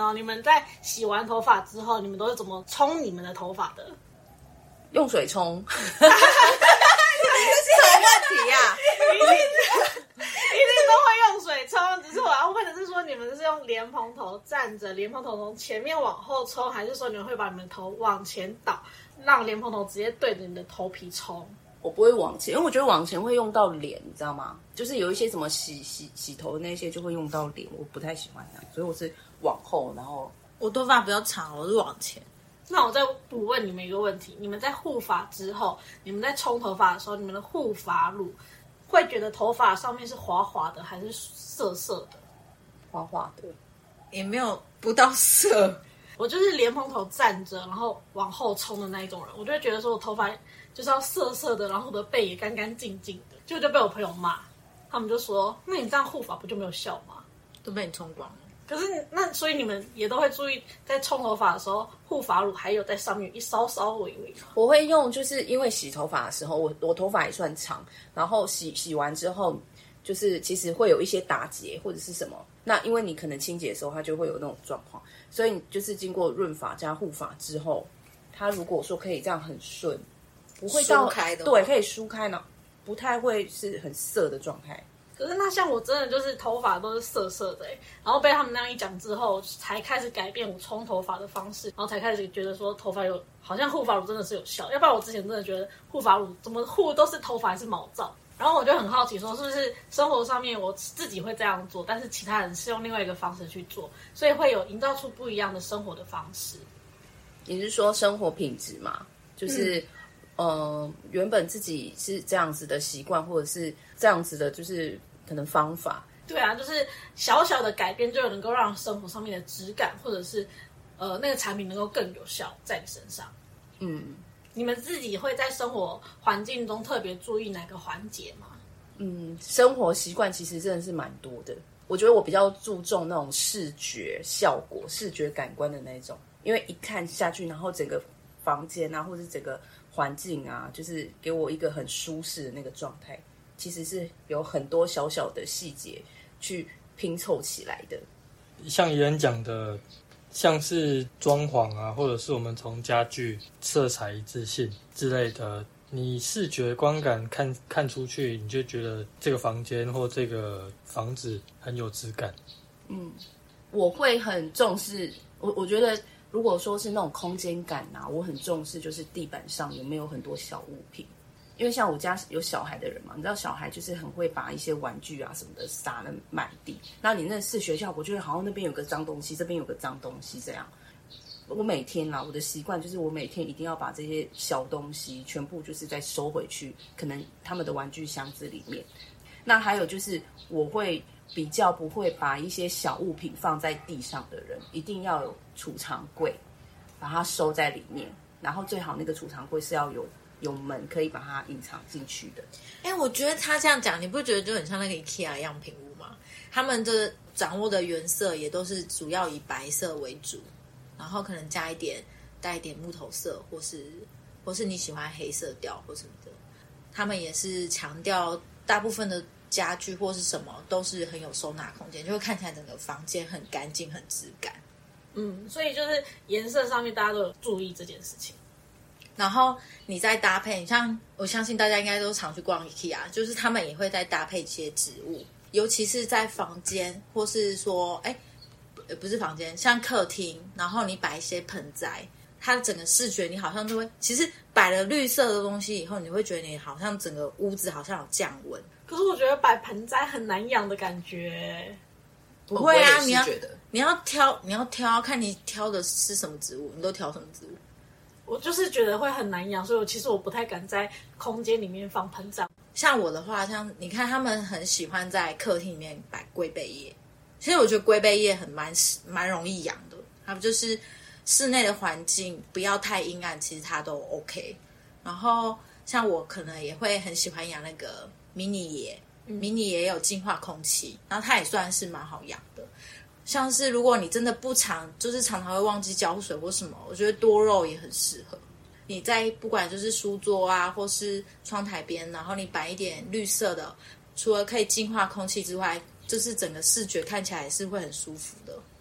哦，你们在洗完头发之后，你们都是怎么冲你们的头发的？ 用水冲。这是什么问题啊？ 一定都会用水冲，只是我要问的是说，你们是用莲蓬头站着，莲蓬头从前面往后冲，还是说你们会把你们的头往前倒，让莲蓬头直接对着你的头皮冲？ 我不会往前，因为我觉得往前会用到脸，你知道吗？就是有一些什么洗头的那些就会用到脸，我不太喜欢那样，所以我是往后，然后我头发比较长，我是往前。 那我再补问你们一个问题：你们在护发之后，你们在冲头发的时候，你们的护发乳会觉得头发上面是滑滑的，还是涩涩的？ 滑滑的， 也没有不到色。 我就是莲蓬头站着，然后往后冲的那一种人，我就会觉得说我头发就是要涩涩的，然后我的背也干干净净的，就被我朋友骂，他们就说：“那你这样护发不就没有效吗？” 都被你冲光了。 可是那所以你们也都会注意，在冲头发的时候，护发乳还有在上面稍稍微微吗？ 我会用，就是因为洗头发的时候，我头发也算长，然后洗完之后，就是其实会有一些打结或者是什么。那因为你可能清洁的时候，它就会有那种状况，所以你就是经过润发加护发之后，它如果说可以这样很顺，不会到梳开的， 对，可以梳开呢，不太会是很涩的状态。 可是那像我真的就是头发都是涩涩的然后被他们那样一讲之后，才开始改变我冲头发的方式，然后才开始觉得说头发好像护发乳真的是有效，要不然我之前真的觉得护发乳怎么护都是头发还是毛躁。然后我就很好奇说，是不是生活上面我自己会这样做，但是其他人是用另外一个方式去做，所以会有营造出不一样的生活的方式。 你是说生活品质嘛？就是原本自己是这样子的习惯，或者是这样子的，就是可能方法。 对啊，就是小小的改变就能够让生活上面的质感，或者是那个产品能够更有效在你身上。你们自己会在生活环境中特别注意哪个环节吗？ 生活习惯其实真的是蛮多的。我觉得我比较注重那种视觉效果、视觉感官的那种，因为一看下去，然后整个房间啊，或者整个环境啊，就是给我一个很舒适的那个状态。其实是有很多小小的细节去拼凑起来的。 像怡恩讲的，像是装潢啊，或者是我们从家具色彩一致性之类的，你视觉观感看出去，你就觉得这个房间或这个房子很有质感。 我会很重视，我觉得如果说是那种空间感啊，我很重视就是地板上有没有很多小物品。因为像我家有小孩的人嘛，你知道小孩就是很会把一些玩具啊什么的撒了满地，那你那视觉效果就会好像那边有个脏东西，这边有个脏东西这样。我每天啦，我的习惯就是我每天一定要把这些小东西全部就是再收回去，可能他们的玩具箱子里面。那还有就是我会比较不会把一些小物品放在地上的人，一定要有储藏柜，把它收在里面，然后最好那个储藏柜是要有门可以把它隐藏进去的。 我觉得他这样讲，你不觉得就很像那个 IKEA 样品屋吗？他们的掌握的原色也都是主要以白色为主，然后可能带一点木头色，或是你喜欢黑色调或什么的。他们也是强调大部分的家具或是什么都是很有收纳空间，就会看起来整个房间很干净、很质感。 所以就是颜色上面大家都有注意这件事情。 然后你再搭配，像我相信大家应该都常去逛 IKEA， 就是他们也会再搭配一些植物，尤其是在房间，或是说，不是房间，像客厅，然后你摆一些盆栽，它整个视觉你好像就会，其实摆了绿色的东西以后，你会觉得你好像整个屋子好像有降温。 可是我觉得摆盆栽很难养的感觉。 不会啊， 你要挑，看你挑的是什么植物，你都挑什么植物？ 我就是觉得会很难养，所以其实我不太敢在空间里面放盆栽。 像我的话，像你看他们很喜欢在客厅里面摆龟背叶，其实我觉得龟背叶蛮容易养的，它就是室内的环境不要太阴暗，其实它都 OK。然后像我可能也会很喜欢养那个迷你椰，迷你椰也有净化空气，然后它也算是蛮好养的。像是如果你真的就是常常会忘记浇水或什么，我觉得多肉也很适合。你在不管就是书桌啊，或是窗台边，然后你摆一点绿色的，除了可以净化空气之外，就是整个视觉看起来也是会很舒服的。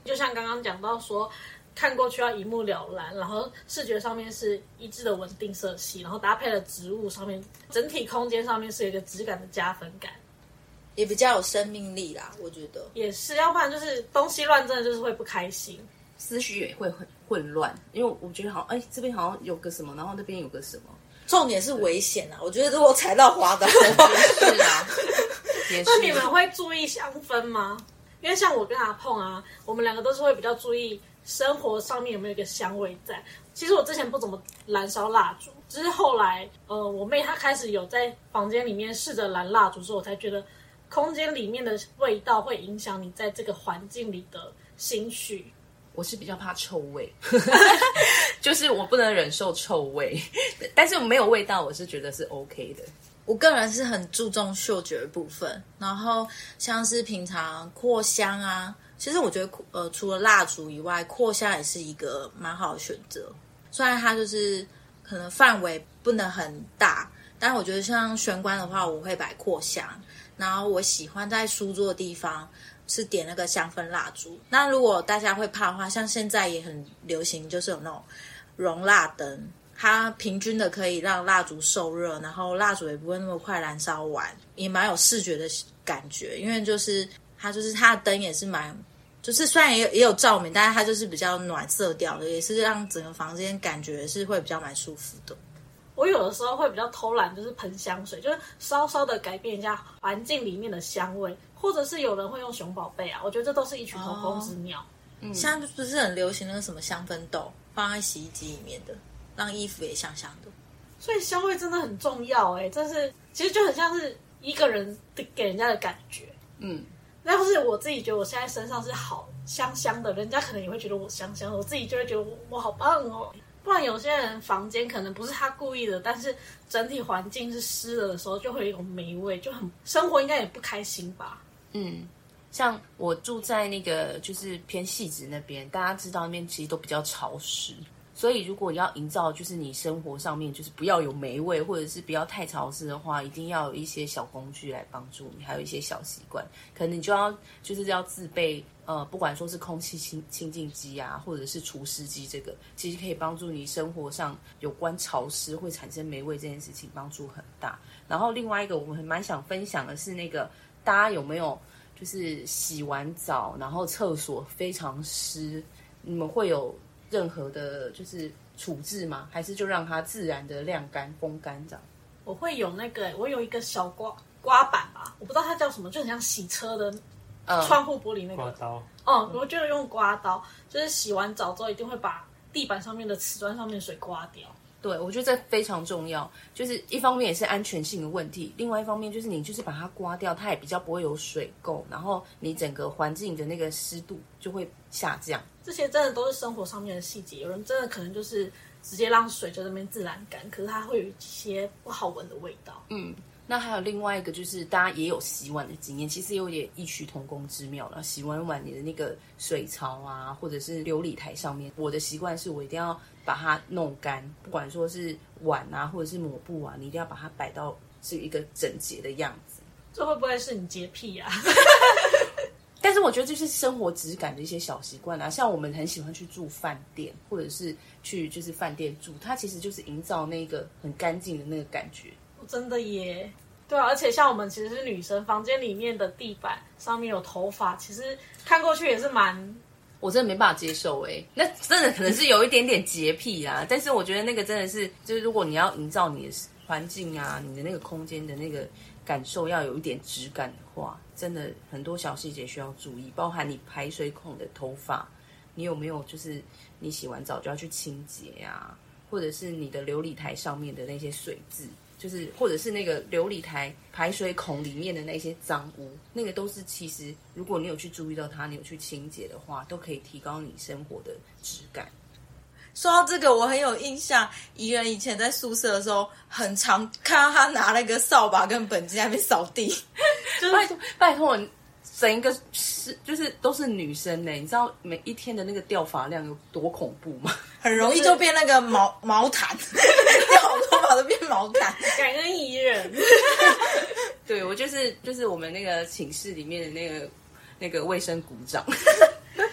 就像刚刚讲到说，看过去要一目了然，然后视觉上面是一致的稳定色系，然后搭配了植物上面，整体空间上面是有一个质感的加分感， 也比较有生命力啦，我觉得。 也是，要不然就是东西乱，真的就是会不开心， 思绪也会很混乱，因为我觉得好像这边好像有个什么，然后那边有个什么。 重点是危险啊！我觉得如果踩到滑倒的话， 是啊，也是。 那你们会注意香氛吗？因为像我跟阿碰啊，我们两个都是会比较注意生活上面有没有一个香味在。其实我之前不怎么燃烧蜡烛，只是后来我妹她开始有在房间里面试着燃蜡烛之后，我才觉得空间里面的味道会影响你在这个环境里的心绪。 我是比较怕臭味，就是我不能忍受臭味，但是没有味道我是觉得是 OK 的。 我个人是很注重嗅觉的部分，然后像是平常扩香啊，其实我觉得除了蜡烛以外，扩香也是一个蛮好的选择。虽然它就是可能范围不能很大，但我觉得像玄关的话，我会摆扩香，然后我喜欢在书桌的地方是点那个香氛蜡烛。那如果大家会怕的话，像现在也很流行，就是有那种熔蜡灯，它平均的可以让蜡烛受热，然后蜡烛也不会那么快燃烧完，也蛮有视觉的感觉。因为它的灯也是蛮，就是虽然也有照明，但是它就是比较暖色调的，也是让整个房间感觉是会比较蛮舒服的。 我有的时候会比较偷懒，就是喷香水，就是稍稍的改变一下环境里面的香味，或者是有人会用熊宝贝啊，我觉得这都是异曲同工之妙。 现在不是很流行那个什么香氛豆，放在洗衣机里面的，让衣服也香香的。 所以香味真的很重要欸，这是其实就很像是一个人给人家的感觉。那要是我自己觉得我现在身上是好香香的，人家可能也会觉得我香香的，我自己就会觉得我好棒哦。不然有些人房间可能不是他故意的，但是整体环境是湿了的时候，就会有一种霉味，就很生活应该也不开心吧。 像我住在那个就是偏汐止那边，大家知道那边其实都比较潮湿，所以如果你要营造就是你生活上面就是不要有霉味，或者是不要太潮湿的话，一定要有一些小工具来帮助你，还有一些小习惯，可能你就要自备不管说是空气清净机啊，或者是除湿机，这个其实可以帮助你生活上有关潮湿会产生霉味这件事情帮助很大。然后另外一个我们蛮想分享的是那个大家有没有就是洗完澡然后厕所非常湿，你们会有任何的就是处置吗？还是就让它自然的晾干风干这样？ 我会有我有一个小刮板吧，我不知道它叫什么，就很像洗车的窗户玻璃那个刮刀。 我就用刮刀，就是洗完澡之后一定会把地板上面的瓷砖上面的水刮掉。 对，我觉得这非常重要，就是一方面也是安全性的问题，另外一方面就是你就是把它刮掉，它也比较不会有水垢，然后你整个环境的那个湿度就会下降。 这些真的都是生活上面的细节，有人真的可能就是直接让水在那边自然干，可是它会有一些不好闻的味道。 那还有另外一个就是大家也有洗碗的经验，其实有点异曲同工之妙了。洗完碗你的那个水槽啊，或者是琉璃台上面，我的习惯是我一定要把它弄干，不管说是碗啊或者是抹布啊，你一定要把它摆到是一个整洁的样子。 这会不会是你洁癖啊？ 但是我觉得这是生活质感的一些小习惯啊，像我们很喜欢去住饭店，或者是去就是饭店住，它其实就是营造那个很干净的那个感觉。 真的耶，对啊，而且像我们其实是女生，房间里面的地板上面有头发，其实看过去也是我真的没办法接受那真的可能是有一点点洁癖啦，但是我觉得那个真的是，就是如果你要营造你的环境啊，你的那个空间的那个感受要有一点质感的话，真的很多小细节需要注意，包含你排水孔的头发，你有没有就是你洗完澡就要去清洁啊，或者是你的琉璃台上面的那些水渍，就是或者是那个琉璃台排水孔里面的那些脏污，那个都是其实如果你有去注意到它，你有去清洁的话，都可以提高你生活的质感。 说到这个，我很有印象，宜人以前在宿舍的时候，很常看到他拿那个扫把跟本机在那边扫地。 就是拜托，整一个就是都是女生你知道每一天的那个掉发量有多恐怖吗？ 很容易就变那个毛毯，掉好头发都变毛毯。 感恩宜人。 对，我就是我们那个寝室里面的那个卫生股长。 他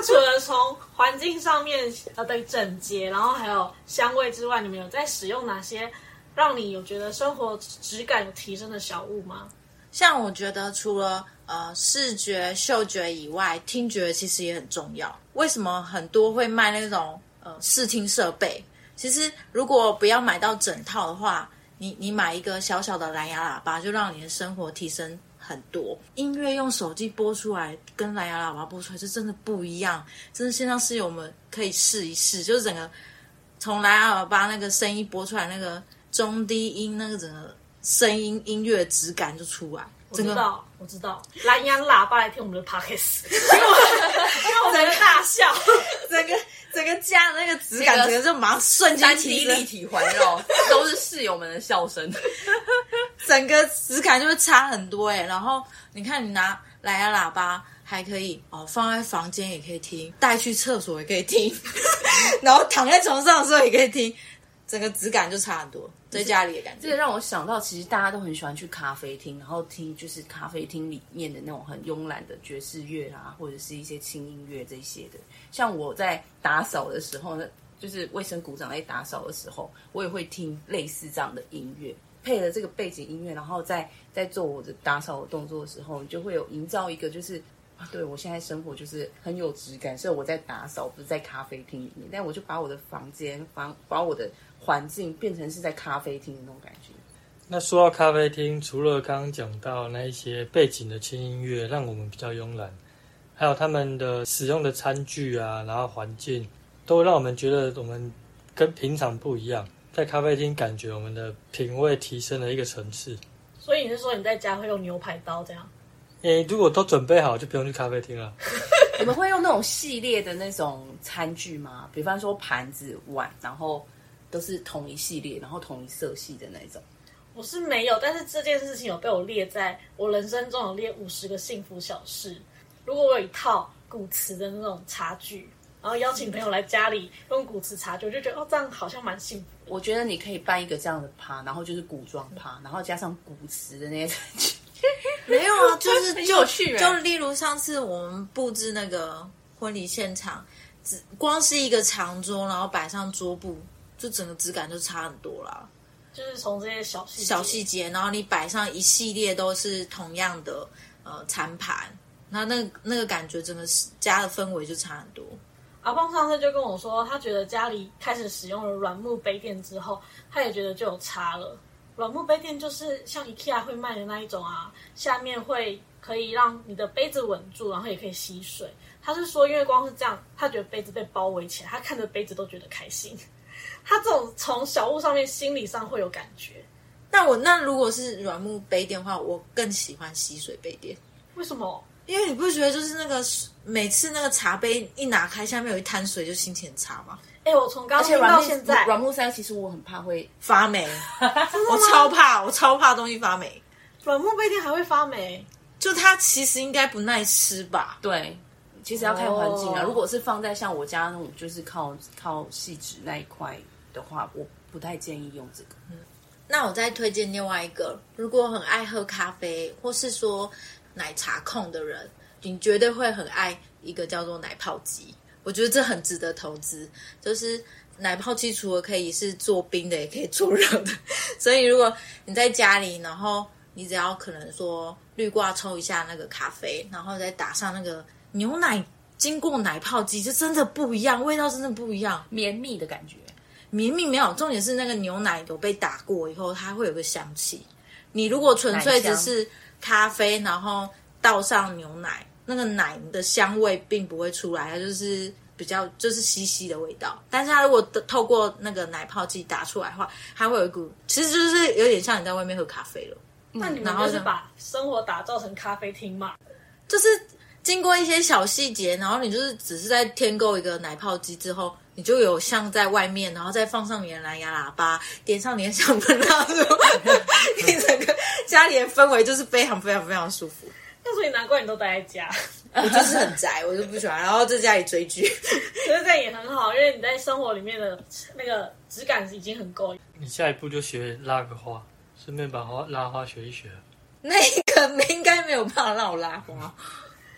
那除了从环境上面的整洁，然后还有香味之外，你们有在使用哪些让你有觉得生活质感有提升的小物吗？ 像我觉得除了视觉、嗅觉以外，听觉其实也很重要。为什么很多会卖那种视听设备？其实如果不要买到整套的话，你买一个小小的蓝牙喇叭，就让你的生活提升很多。音乐用手机播出来跟蓝牙喇叭播出来是真的不一样，真的线上室友们可以试一试，就是整个从蓝牙喇叭那个声音播出来，那个中低音那个整个声音音乐质感就出来。 我知道，蓝牙喇叭来听我们的 podcast， 因为我在大笑， 整个家的那个质感，整个就马上瞬间提升， 立体环绕，都是室友们的笑声， 整个质感就会差很多然后你看，你拿蓝牙喇叭还可以放在房间也可以听，带去厕所也可以听，然后躺在床上的时候也可以听，整个质感就差很多。在家里的感觉， 这个让我想到，其实大家都很喜欢去咖啡厅，然后听就是咖啡厅里面的那种很慵懒的爵士乐啊，或者是一些轻音乐这些的。像我在打扫的时候呢，就是卫生股长在打扫的时候，我也会听类似这样的音乐，配了这个背景音乐，然后在做我的打扫的动作的时候，你就会有营造一个就是对我现在生活就是很有质感，所以我在打扫，不是在咖啡厅里面，但我就把我的房间把我的环境变成是在咖啡厅的那种感觉。 那说到咖啡厅，除了刚刚讲到那一些背景的轻音乐让我们比较慵懒，还有他们的使用的餐具啊，然后环境都让我们觉得我们跟平常不一样，在咖啡厅感觉我们的品味提升了一个层次。 所以你是说你在家会用牛排刀这样？ 如果都准备好，就不用去咖啡厅了。 你们会用那种系列的那种餐具吗？比方说盘子、碗，然后都是同一系列，然后同一色系的那种。 我是没有，但是这件事情有被我列在我人生中有列50个幸福小事。如果我有一套古瓷的那种茶具，然后邀请朋友来家里用古瓷茶具，我就觉得这样好像蛮幸福的。 我觉得你可以办一个这样的趴，然后就是古装趴，然后加上古瓷的那些餐具。 没有啊，就是很有趣就例如上次我们布置那个婚礼现场，光是一个长桌，然后摆上桌布，就整个质感就差很多啦。 就是从这些小细节， 然后你摆上一系列都是同样的餐盘，那个感觉，整个家的氛围就差很多。 阿邦上次就跟我说，他觉得家里开始使用了软木杯垫之后，他也觉得就有差了。软木杯垫就是像 IKEA 会卖的那一种啊，下面可以让你的杯子稳住，然后也可以吸水。他是说，因为光是这样，他觉得杯子被包围起来，他看着杯子都觉得开心。他这种从小物上面心理上会有感觉。 那如果是软木杯垫的话，我更喜欢吸水杯垫。 为什么？ 因为你不觉得就是那个每次那个茶杯一拿开，下面有一滩水，就心情很差吗？ 我从刚听到现在， 软木塞其实我很怕会发霉，我超怕东西发霉。 软木杯垫还会发霉？ 就它其实应该不耐湿吧？ 对，其实要看环境啊。如果是放在像我家那种就是靠细纸那一块的话，我不太建议用这个。 那我再推荐另外一个，如果很爱喝咖啡或是说奶茶控的人，你绝对会很爱一个叫做奶泡机。我觉得这很值得投资，就是奶泡机除了可以是做冰的，也可以做热的。所以如果你在家里，然后你只要可能说滤挂抽一下那个咖啡，然后再打上那个牛奶，经过奶泡机，就真的不一样，味道真的不一样， 绵密的感觉。 绵密没有，重点是那个牛奶有被打过以后，它会有个香气。你如果纯粹只是咖啡，然后倒上牛奶，那个奶的香味并不会出来，它就是比较就是稀稀的味道。但是它如果透过那个奶泡机打出来的话，它会有一股，其实就是有点像你在外面喝咖啡了。 那你们就是把生活打造成咖啡厅嘛？ 就是经过一些小细节，然后你就是只是在添购一个奶泡机之后，你就有像在外面，然后再放上你的蓝牙喇叭，点上你的香氛蜡烛，你整个家里的氛围就是非常非常非常舒服。 那所以难怪你都待在家。 我就是很宅，我就不喜欢，然后在家里追剧。 可是这样也很好，因为你在生活里面的那个质感已经很够。 你下一步就学拉个花，顺便把拉花学一学。 那个应该没有办法让我拉花。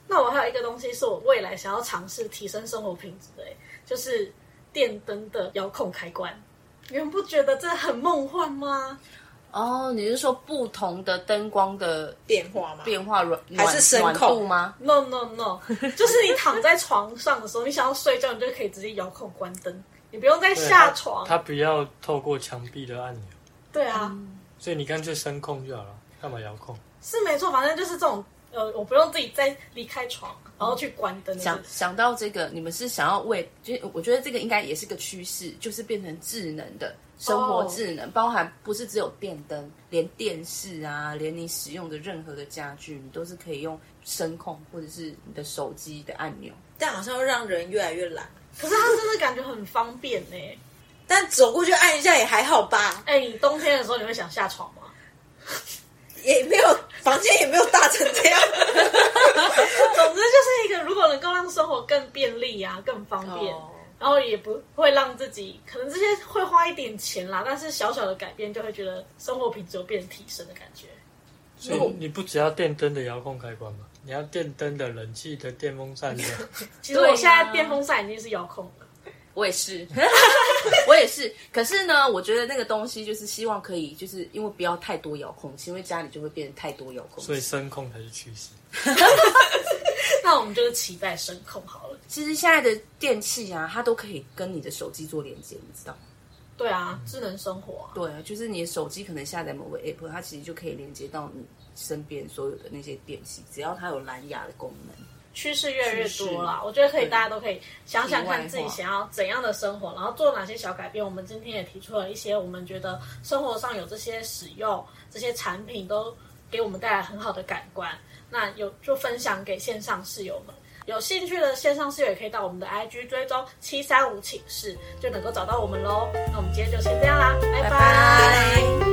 那我还有一个东西是我未来想要尝试提升生活品质的，就是电灯的遥控开关。你们不觉得这很梦幻吗？ 哦，你是说不同的灯光的变化吗？ 变化还是声控暖度吗 ？No No No， 就是你躺在床上的时候，你想要睡觉，你就可以直接遥控关灯，你不用再下床。 它不要透过墙壁的按钮。 对啊， 所以你干脆声控就好了，干嘛遥控？ 是没错，反正就是这种我不用自己再离开床，然后去关灯。 想到这个，你们是想要就我觉得这个应该也是个趋势，就是变成智能的生活智能，包含不是只有电灯，连电视啊，连你使用的任何的家具，你都是可以用声控或者是你的手机的按钮。 但好像会让人越来越懒。 可是它真的感觉很方便呢。 但走过去按一下也还好吧。 你冬天的时候你会想下床吗？ 也没有，房间也没有大成这样。 总之就是一个，如果能够让生活更便利啊，更方便，然后也不会让自己可能这些会花一点钱啦，但是小小的改变就会觉得生活品质有变提升的感觉。 所以你不只要电灯的遥控开关嘛，你要电灯的、冷气的、电风扇的。 其实我现在电风扇已经是遥控了。 我也是，我也是。可是呢，我觉得那个东西就是希望可以，就是因为不要太多遥控器，因为家里就会变成太多遥控器， 所以声控才是趋势。 那我们就是期待声控好了。 其实现在的电器啊，它都可以跟你的手机做连接，你知道吗？ 对啊，智能生活啊。 对，就是你的手机可能下载某个 app， 它其实就可以连接到你身边所有的那些电器，只要它有蓝牙的功能。 趋势越来越多啦，我觉得可以，大家都可以想想看自己想要怎样的生活，然后做哪些小改变。我们今天也提出了一些我们觉得生活上有这些使用这些产品都给我们带来很好的感官，那就分享给线上室友们。有兴趣的线上室友也可以到我们的 IG 追踪735寝室，就能够找到我们咯。那我们今天就先这样啦，拜拜。